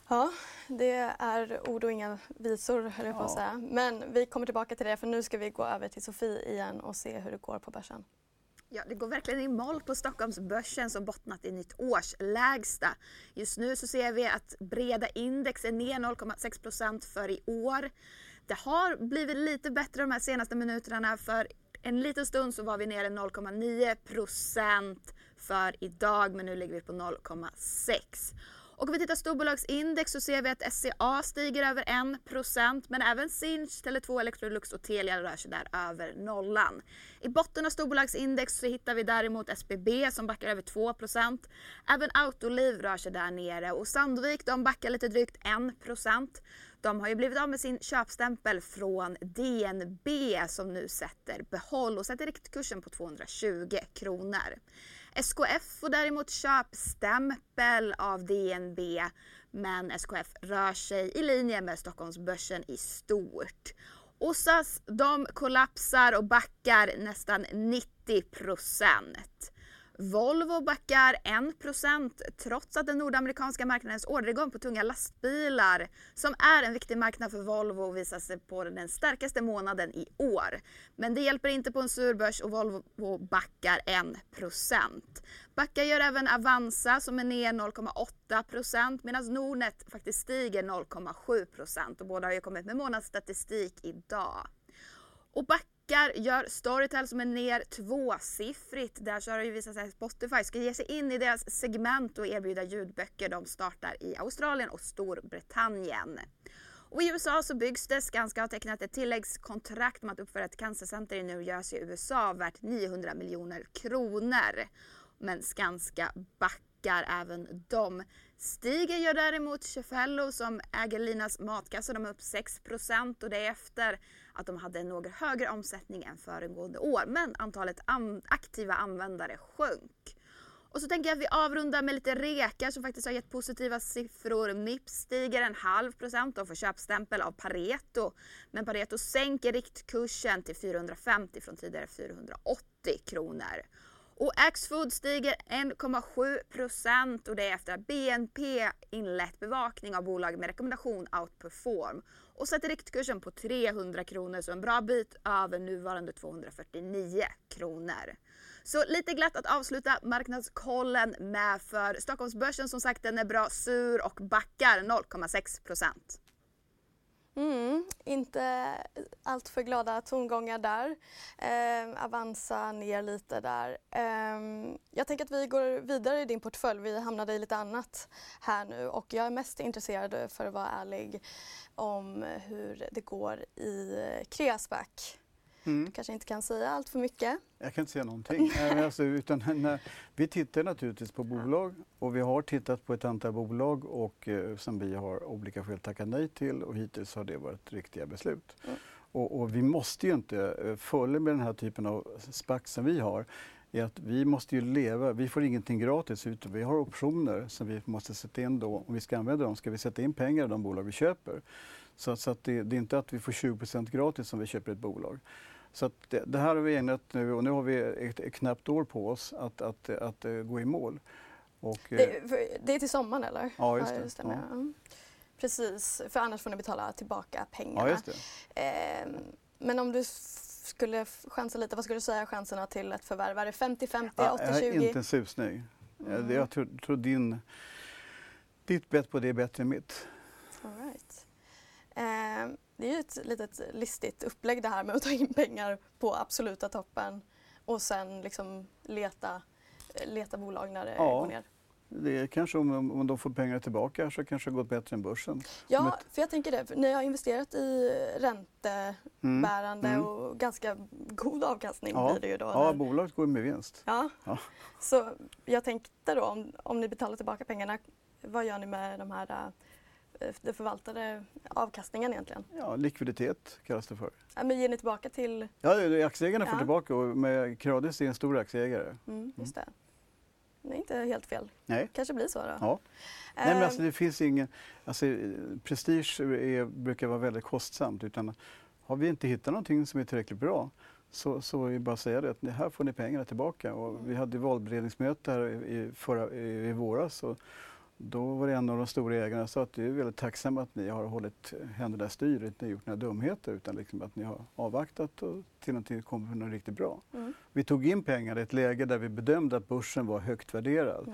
Ja, det är ord och inga visor, höll jag på att säga. Men vi kommer tillbaka till det, för nu ska vi gå över till Sofie igen och se hur det går på börsen. Ja, det går verkligen i moll på Stockholmsbörsen som bottnat i nytt årslägsta. Just nu så ser vi att breda index är ner 0,6% för i år. Det har blivit lite bättre de här senaste minuterna. För en liten stund så var vi nere 0,9% för idag, men nu ligger vi på 0,6%. Och om vi tittar storbolagsindex så ser vi att SCA stiger över 1%, men även Sinch, Tele2, Electrolux och Telia rör sig där över nollan. I botten av storbolagsindex så hittar vi däremot SBB som backar över 2%. Även Autoliv rör sig där nere och Sandvik de backar lite drygt 1%. De har ju blivit av med sin köpstämpel från DNB som nu sätter behåll och sätter riktkursen på 220 kronor. SKF får däremot köpstämpel av DNB, men SKF rör sig i linje med Stockholmsbörsen i stort. Och SAS, de kollapsar och backar nästan 90%. Volvo backar 1% trots att den nordamerikanska marknadens orderingång på tunga lastbilar, som är en viktig marknad för Volvo, visar sig på den starkaste månaden i år. Men det hjälper inte på en surbörs och Volvo backar 1%. Backar gör även Avanza som är ner 0,8% medan Nordnet faktiskt stiger 0,7% och båda har ju kommit med månadsstatistik idag. Och gör Storytel som är ner tvåsiffrigt. Där så har det ju visat sig att Spotify ska ge sig in i deras segment och erbjuda ljudböcker. De startar i Australien och Storbritannien. Och i USA så byggs det. Skanska har tecknat ett tilläggskontrakt om att uppföra ett cancercenter i New Jersey i USA värt 900 miljoner kronor. Men Skanska backar även de. Stiger gör däremot Cefello som äger Linas matkassa. De är upp 6% och det är efter att de hade en något högre omsättning än föregående år. Men antalet aktiva användare sjönk. Och så tänker jag att vi avrundar med lite rekar som faktiskt har gett positiva siffror. Mips stiger 0,5% och får köpstämpel av Pareto. Men Pareto sänker riktkursen till 450 från tidigare 480 kronor. Och Axfood stiger 1,7% och det är efter att BNP inlett bevakning av bolag med rekommendation Outperform och sätter riktkursen på 300 kronor, så en bra bit över nuvarande 249 kronor. Så lite glatt att avsluta marknadskollen med, för Stockholmsbörsen som sagt den är bra sur och backar 0,6%. Inte allt för glada tongångar där. Avanza ner lite där. Jag tänker att vi går vidare i din portfölj. Vi hamnade i lite annat här nu och jag är mest intresserad, för att vara ärlig, om hur det går i Kreasback. Du kanske inte kan säga allt för mycket. Jag kan inte säga någonting. Vi tittar naturligtvis på bolag och vi har tittat på ett antal bolag och som vi har olika skäl tackat nej till och hittills har det varit riktiga beslut. Och vi måste ju inte följa med den här typen av SPAC som vi har. Är att vi måste ju leva, vi får ingenting gratis utan vi har optioner som vi måste sätta in då. Om vi ska använda dem ska vi sätta in pengar i de bolag vi köper. Så att det är inte att vi får 20% gratis om vi köper ett bolag. Så att det här har vi ägnat nu och nu har vi ett knappt år på oss att gå i mål. Och, det är till sommaren eller? Ja, just det. Just det ja. Precis, för annars får ni betala tillbaka pengarna. Ja, just det. Men om du skulle chansa lite, vad skulle du säga chanserna till ett förvärv? Är det 50-50, 80-20? Inte en susning. Jag tror ditt bett på det är bättre än mitt. All right. Det är ju ett litet listigt upplägg det här med att ta in pengar på absoluta toppen och sen liksom leta bolag när det går ner. Det är kanske om de får pengar tillbaka så kanske det har gått bättre än börsen. Ja, för jag tänker det. Ni har investerat i räntebärande och ganska god avkastning blir det ju då. Ja, bolaget går med vinst. Ja. Så jag tänkte då om ni betalar tillbaka pengarna, vad gör ni med de här det förvaltade avkastningen egentligen? Ja, likviditet kallas det för. Ja, men ger ni tillbaka till? Ja, aktieägarna får tillbaka och med Cradis är en stor aktieägare. Just det. Det är inte helt fel. Nej. Kanske blir så då. Ja. Nej, men alltså det finns ingen... Alltså, prestige brukar vara väldigt kostsamt. Utan har vi inte hittat någonting som är tillräckligt bra så är det bara att säga det att här får ni pengarna tillbaka. Och vi hade valberedningsmöte här i våras och Då var det en av de stora ägarna som sa att det är väldigt tacksamt att ni har hållit händerna i styret, ni har gjort några dumheter, utan liksom att ni har avvaktat och till någonting kommer något riktigt bra. Vi tog in pengar i ett läge där vi bedömde att börsen var högt värderad.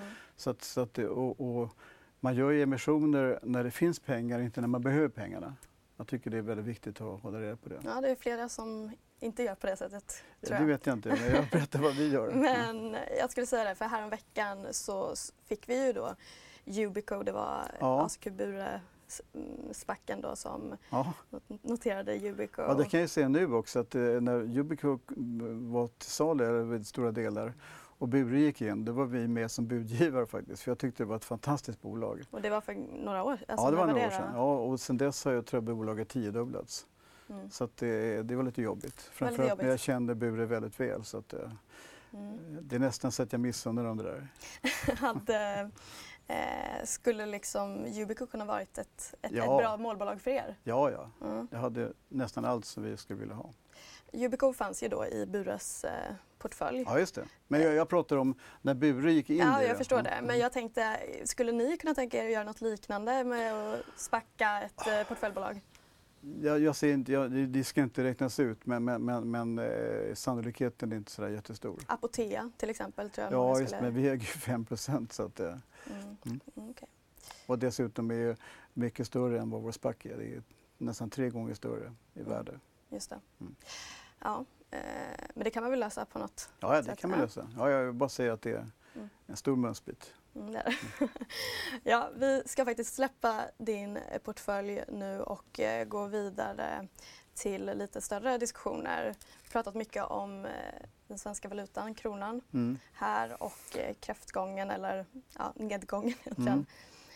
Och man gör ju emissioner när det finns pengar, inte när man behöver pengarna. Jag tycker det är väldigt viktigt att hålla reda på det. Ja, det är flera som inte gör på det sättet, tror jag. Det vet jag inte, men jag berättar vad vi gör. Men jag skulle säga det, för häromveckan så fick vi ju då Yubico, det var ACQ Bure-spacken då som noterade Yubico. Ja, det kan jag säga nu också att när Yubico var till salu över stora delar och Bure gick in, då var vi med som budgivare faktiskt. För jag tyckte det var ett fantastiskt bolag. Och det var för några år? Ja, det var några år sedan. Ja, och sen dess har jag tror att bolaget 10-dubblats. Så att det var lite jobbigt. Framförallt när jag kände Bure väldigt väl. Så att, det är nästan så att jag missunnar dem det där. Skulle liksom Yubico kunna varit ett bra målbolag för er? Ja. Jag hade nästan allt som vi skulle vilja ha. Yubico fanns ju då i Bures portfölj. Ja, just det. Men jag pratar om när Bure gick in i det. Ja, jag förstår det. Men jag tänkte, skulle ni kunna tänka er att göra något liknande med att spacka ett portföljbolag? Jag ser inte, det ska inte räknas ut, men sannolikheten är inte så där jättestor. Apotea till exempel tror jag. Ja, just, men vi äger ju 5%. Så att, Okay. Och dessutom är det mycket större än vad vår SPAC är. Det är nästan 3 gånger större i värde. Just det. Ja, men det kan man väl lösa på något sätt? Ja, det kan man lösa. Ja, jag vill bara säga att det är en stor mönstrbit. Ja, vi ska faktiskt släppa din portfölj nu och gå vidare till lite större diskussioner. Vi har pratat mycket om den svenska valutan, kronan, här och kräftgången eller nedgången egentligen.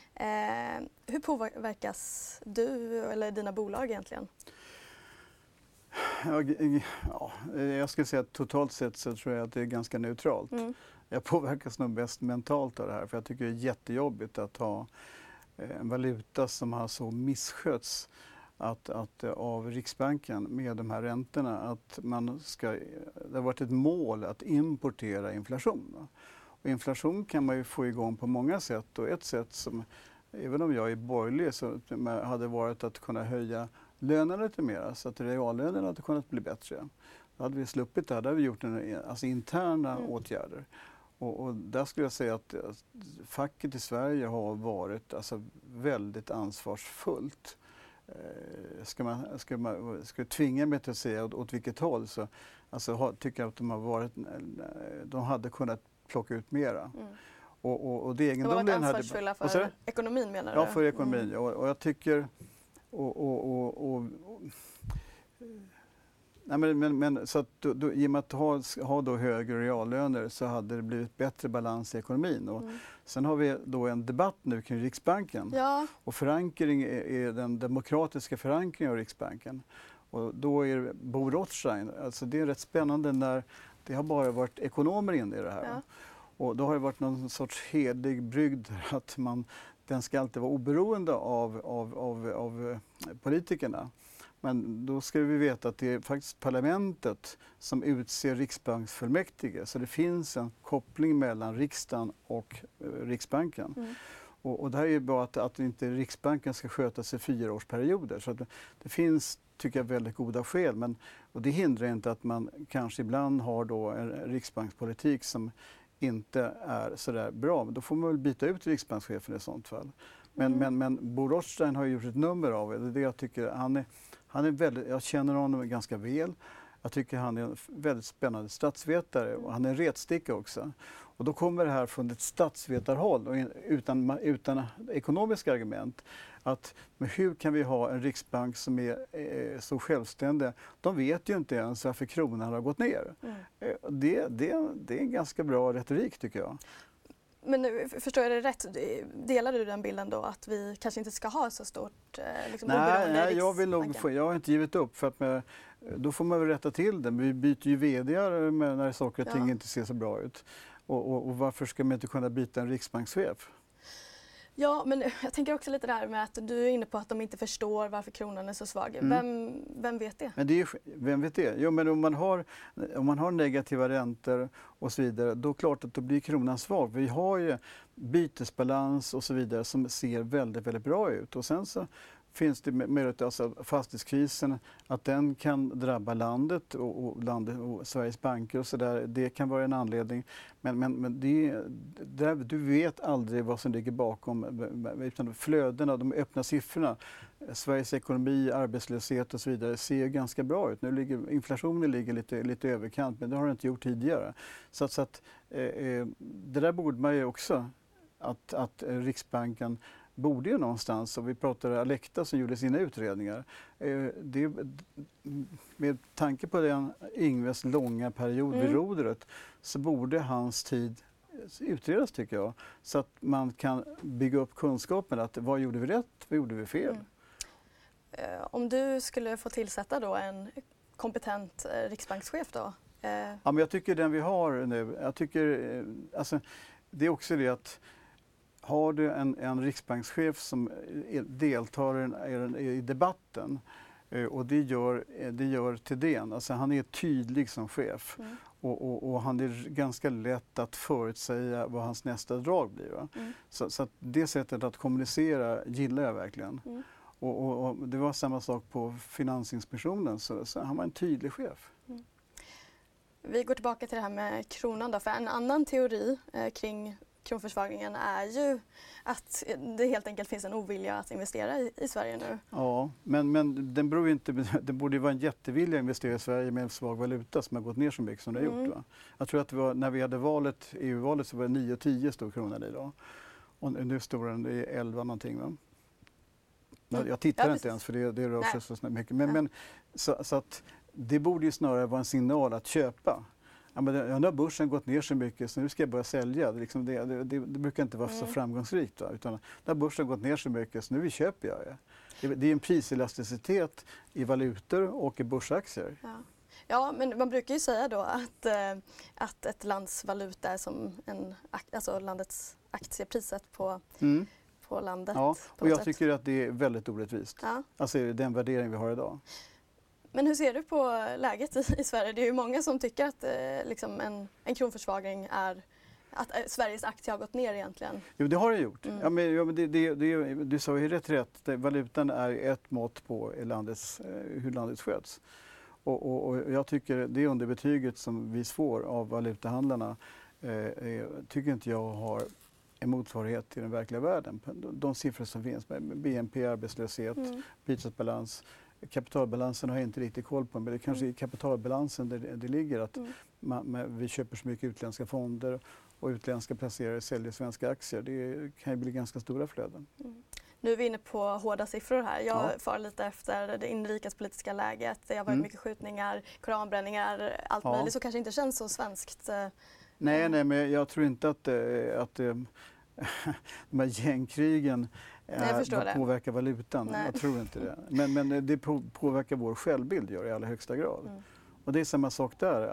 Hur påverkas du eller dina bolag egentligen? Jag skulle säga att totalt sett så tror jag att det är ganska neutralt. Jag påverkas nog bäst mentalt av det här, för jag tycker det är jättejobbigt att ha en valuta som har så misskötts att av Riksbanken med de här räntorna, att det har varit ett mål att importera inflation. Och inflation kan man ju få igång på många sätt, och ett sätt som, även om jag är borgerlig, så hade varit att kunna höja lönerna lite mer, så att reallönerna hade kunnat bli bättre. Då hade vi sluppit det här, då hade vi gjort interna åtgärder. Och där skulle jag säga att facket i Sverige har varit väldigt ansvarsfullt. Ska tvinga mig till att säga åt vilket håll, så tycker jag att de hade kunnat plocka ut mera. Och det egendomliga... De har varit ansvarsfulla för ekonomin, menar du? Ja, för ekonomin. Och jag tycker... så att i och med att ha då högre reallöner så hade det blivit bättre balans i ekonomin. Och sen har vi då en debatt nu kring Riksbanken. Ja. Och förankring är den demokratiska förankringen av Riksbanken. Och då är Bo Rothstein, det är rätt spännande när det har bara varit ekonomer inne i det här. Ja. Och då har det varit någon sorts helig brygd att den ska alltid vara oberoende av politikerna. Men då ska vi veta att det är faktiskt parlamentet som utser riksbanksfullmäktige. Så det finns en koppling mellan riksdagen och Riksbanken. Och det här är ju bra att inte Riksbanken ska sköta sig 4-årsperioder. Så att det finns, tycker jag, väldigt goda skäl. Och det hindrar inte att man kanske ibland har då en riksbankspolitik som inte är så där bra. Då får man väl byta ut riksbankschefen i sånt fall. Men Bo Rothstein har gjort ett nummer av det. Det jag tycker han är väldigt, jag känner honom ganska väl. Jag tycker han är en väldigt spännande statsvetare, och han är en retsticka också. Och då kommer det här från ett statsvetarhåll och utan ekonomiska argument. Men hur kan vi ha en riksbank som är så självständig? De vet ju inte ens varför kronan har gått ner. Det är en ganska bra retorik, tycker jag. Men nu, förstår jag det rätt? Delar du den bilden då att vi kanske inte ska ha så stort Nej, jag har inte givit upp, för att då får man väl rätta till det. Men vi byter ju vd:ar när saker och ting inte ser så bra ut. Och varför ska man inte kunna byta en riksbankschef? Ja, men jag tänker också lite där med att du är inne på att de inte förstår varför kronan är så svag. Vem vet det? Men vem vet det? Jo, men om man har negativa räntor och så vidare, då är det klart att då blir kronan svag. Vi har ju bytesbalans och så vidare som ser väldigt, väldigt bra ut. Och sen så finns det möjlighet, alltså fastighetskrisen, att den kan drabba landet och Sveriges banker och så där. Det kan vara en anledning. Men du vet aldrig vad som ligger bakom, utan flödena, de öppna siffrorna. Sveriges ekonomi, arbetslöshet och så vidare ser ganska bra ut. Inflationen ligger lite överkant, men det har den inte gjort tidigare. Så att det där borde man ju också, att Riksbanken borde ju någonstans, och vi pratade Alecta som gjorde sina utredningar. Med tanke på den Ingves långa period vid rodret så borde hans tid utredas, tycker jag. Så att man kan bygga upp kunskapen att vad gjorde vi rätt, vad gjorde vi fel. Om du skulle få tillsätta då en kompetent riksbankschef då? Ja, men jag tycker den vi har nu, alltså, det är också det att har du en riksbankschef som deltar i debatten, och det gör Thedéen, alltså han är tydlig som chef och han är ganska lätt att förutsäga vad hans nästa drag blir. Va? Så att det sättet att kommunicera gillar jag verkligen. Och det var samma sak på Finansinspektionen, så han var en tydlig chef. Vi går tillbaka till det här med kronan då, för en annan teori kring kronförsvagningen är ju att det helt enkelt finns en ovilja att investera i Sverige nu. Ja, men den beror inte, det borde ju vara en jättevilja att investera i Sverige med en svag valuta som har gått ner så mycket som det har gjort. Va? Jag tror att när vi hade EU-valet så var det 9-10 stod kronan idag. Och nu står den i 11 någonting. Va? Jag tittar inte ens för det rör sig så mycket. Men så att det borde ju snarare vara en signal att köpa. Ja, men nu har börsen gått ner så mycket så nu ska jag börja sälja. Det brukar inte vara så framgångsrikt. Va? Utan nu har börsen gått ner så mycket så nu köper jag. Det är en priselasticitet i valutor och i börsaktier. Ja, men man brukar ju säga då att ett lands valuta är som alltså landets aktiepriset på landet. Ja, och jag tycker att det är väldigt orättvist. Ja. Alltså den värdering vi har idag. Men hur ser du på läget i Sverige? Det är ju många som tycker att liksom en kronförsvagning är att Sveriges aktie har gått ner egentligen. Jo, det har det gjort. Ja, men du sa ju rätt. Valutan är ett mått på hur landet sköts. Och jag tycker det underbetyget som vi får av valutahandlarna tycker inte jag har en motsvarighet till den verkliga världen. De siffror som finns med BNP, arbetslöshet, bytesbalans. Kapitalbalansen har jag inte riktigt koll på, men det kanske är kapitalbalansen det ligger att vi köper så mycket utländska fonder och utländska placerare säljer svenska aktier. Det kan ju bli ganska stora flöden. Nu är vi inne på hårda siffror här. Jag far lite efter det inrikespolitiska läget. Det har varit mycket skjutningar, koranbränningar, allt möjligt, så kanske inte känns så svenskt. Nej, men jag tror inte att de här gängkrigen påverkar valutan. Nej. Jag tror inte det. Men det påverkar vår självbild i allra högsta grad. Och det är samma sak där.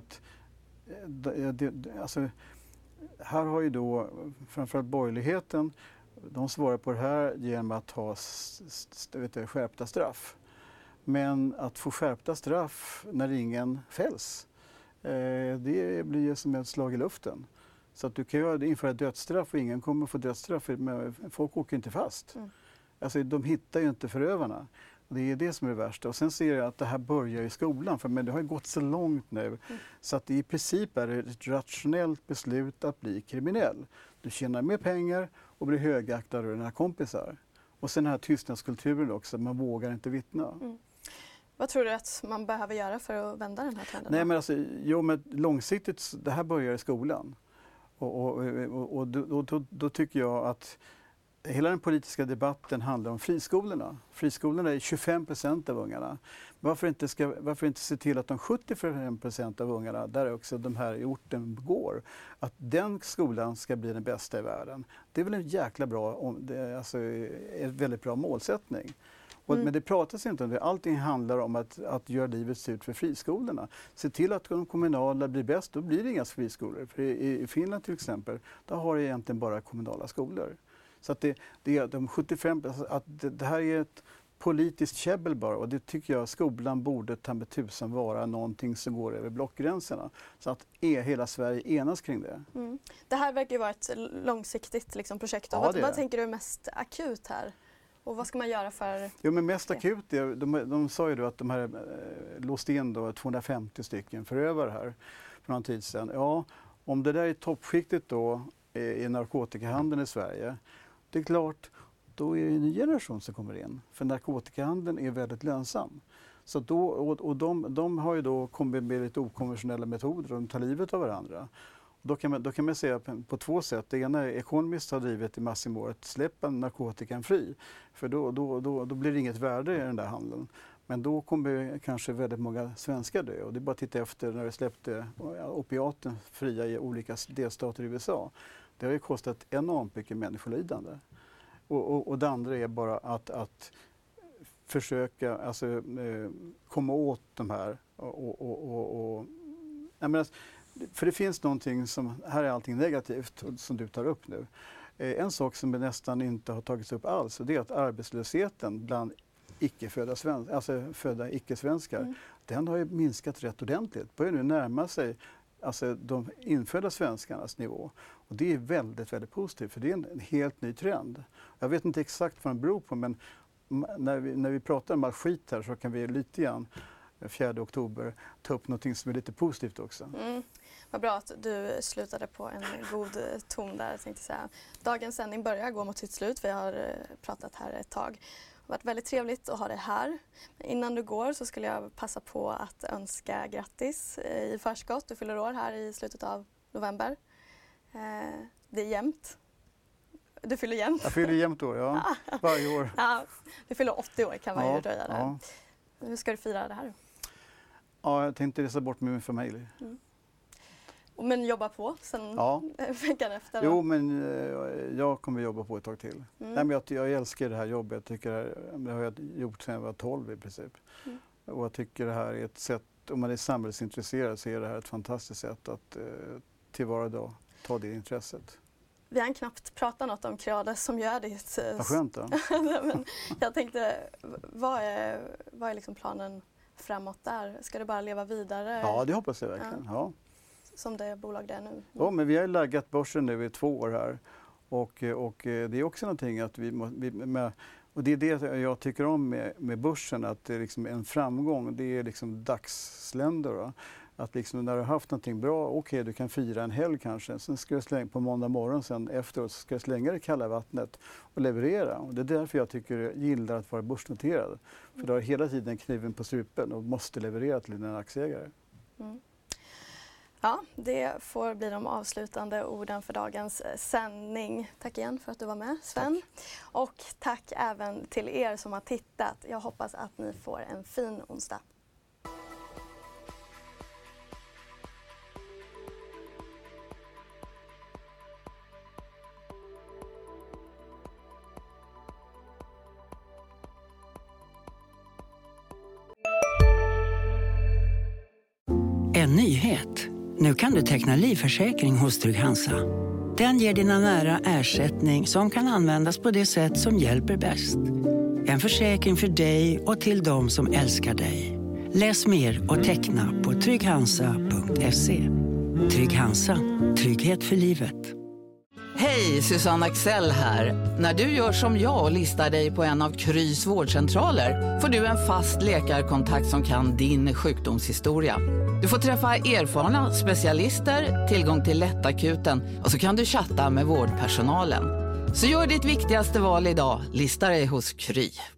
Alltså, här har ju då framförallt borgerligheten, de svarar på det här genom att ha skärpta straff. Men att få skärpta straff när ingen fälls, det blir ju som ett slag i luften. Så att du kan ju införa dödsstraff och ingen kommer få dödsstraff, men folk åker inte fast. Alltså, de hittar ju inte förövarna. Det är det som är det värsta. Och sen ser jag att det här börjar i skolan, men det har ju gått så långt nu så att i princip är det ett rationellt beslut att bli kriminell. Du tjänar mer pengar och blir högaktad av dina kompisar. Och sen den här tystnadskulturen också, man vågar inte vittna. Vad tror du att man behöver göra för att vända den här trenden? Nej, men alltså, men långsiktigt, det här börjar i skolan. Och då tycker jag att hela den politiska debatten handlar om friskolorna. Friskolorna är 25% av ungarna. Varför inte se till att de 75% av ungarna, där också de här i orten går, att den skolan ska bli den bästa i världen. Det är väl en jäkla bra, alltså en väldigt bra målsättning. Men det pratas inte om det. Allting handlar om att göra livet surt för friskolorna. Se till att de kommunala blir bäst, då blir det inga friskolor. För i Finland till exempel, där har det egentligen bara kommunala skolor. Så att det är de 75, att det här är ett politiskt käbbel bara, och det tycker jag skolan borde ta med tusan vara någonting som går över blockgränserna. Så att hela Sverige enas kring det. Mm. Det här verkar ju vara ett långsiktigt liksom, projekt. Ja, vad tänker du är mest akut här? Och vad ska man göra för... Jo, men mest akut, de sa ju då att de här låst in då 250 stycken förövare här för någon tid sedan. Ja, om det där är toppskiktet då i narkotikahandeln i Sverige, det är klart, då är det en ny generation som kommer in. För narkotikahandeln är väldigt lönsam. Så då, och de har ju då kommit med lite okonventionella metoder och de tar livet av varandra. Då kan man säga på två sätt. Det ena är Economist har drivit i massor att släppa narkotikan fri. För då blir det inget värde i den där handeln. Men då kommer kanske väldigt många svenskar dö. Och det är bara att titta efter när vi släppte opiaten fria i olika delstater i USA. Det har ju kostat enormt mycket människolidande. Och det andra är bara att försöka komma åt de här. För det finns någonting som, här är allting negativt som du tar upp nu. En sak som nästan inte har tagits upp alls, det är att arbetslösheten bland födda icke-svenskar, den har ju minskat rätt ordentligt. Börjar nu närma sig de infödda svenskarnas nivå. Och det är väldigt, väldigt positivt, för det är en helt ny trend. Jag vet inte exakt vad den beror på, men när vi pratar om all skit här så kan vi lite grann 4 oktober ta upp något som är lite positivt också. Vad bra att du slutade på en god ton där, tänkte jag säga. Dagens sändning börjar gå mot sitt slut. Vi har pratat här ett tag. Det har varit väldigt trevligt att ha dig här. Men innan du går så skulle jag passa på att önska grattis i förskott. Du fyller år här i slutet av november. Det är jämnt. Du fyller jämnt. Jag fyller jämnt år, ja. Varje år. Ja, du fyller 80 år kan man ju röja där. Ja. Hur ska du fira det här? Ja, jag tänkte resa bort med min familj. Men jobba på sen veckan efter? Jo, men jag kommer jobba på ett tag till. Nej, men jag älskar det här jobbet. Jag tycker det har jag gjort sedan jag var 12 i princip. Och jag tycker det här är ett sätt, om man är samhällsintresserad så är det här ett fantastiskt sätt att tillvarata ta det intresset. Vi har knappt pratat något om Creades som gör ditt... Vad skönt då. Men jag tänkte, vad är liksom planen framåt där? Ska du bara leva vidare? Ja, det hoppas jag verkligen. Ja. Som det bolag det är nu? Ja, men vi har laggat börsen nu i 2 år här. Och det är också någonting att och det är det jag tycker om med börsen, att det är liksom en framgång. Det är liksom dagsländer då. Att liksom när du har haft någonting bra, okej, du kan fira en helg kanske. Sen ska du slänga på måndag morgon, sen efteråt ska du slänga det kalla vattnet och leverera. Och det är därför jag gillar att vara börsnoterad. För du har hela tiden kniven på strupen och måste leverera till dina aktieägare. Ja, det får bli de avslutande orden för dagens sändning. Tack igen för att du var med, Sven. Tack. Och tack även till er som har tittat. Jag hoppas att ni får en fin onsdag. En nyhet. Nu kan du teckna livförsäkring hos Trygg-Hansa. Den ger dina nära ersättning som kan användas på det sätt som hjälper bäst. En försäkring för dig och till de som älskar dig. Läs mer och teckna på trygghansa.se. Trygg-Hansa. Trygghet för livet. Hej, Susanne Axel här. När du gör som jag och listar dig på en av Krys vårdcentraler får du en fast läkarkontakt som kan din sjukdomshistoria. Du får träffa erfarna specialister, tillgång till lättakuten och så kan du chatta med vårdpersonalen. Så gör ditt viktigaste val idag, lista dig hos Kry.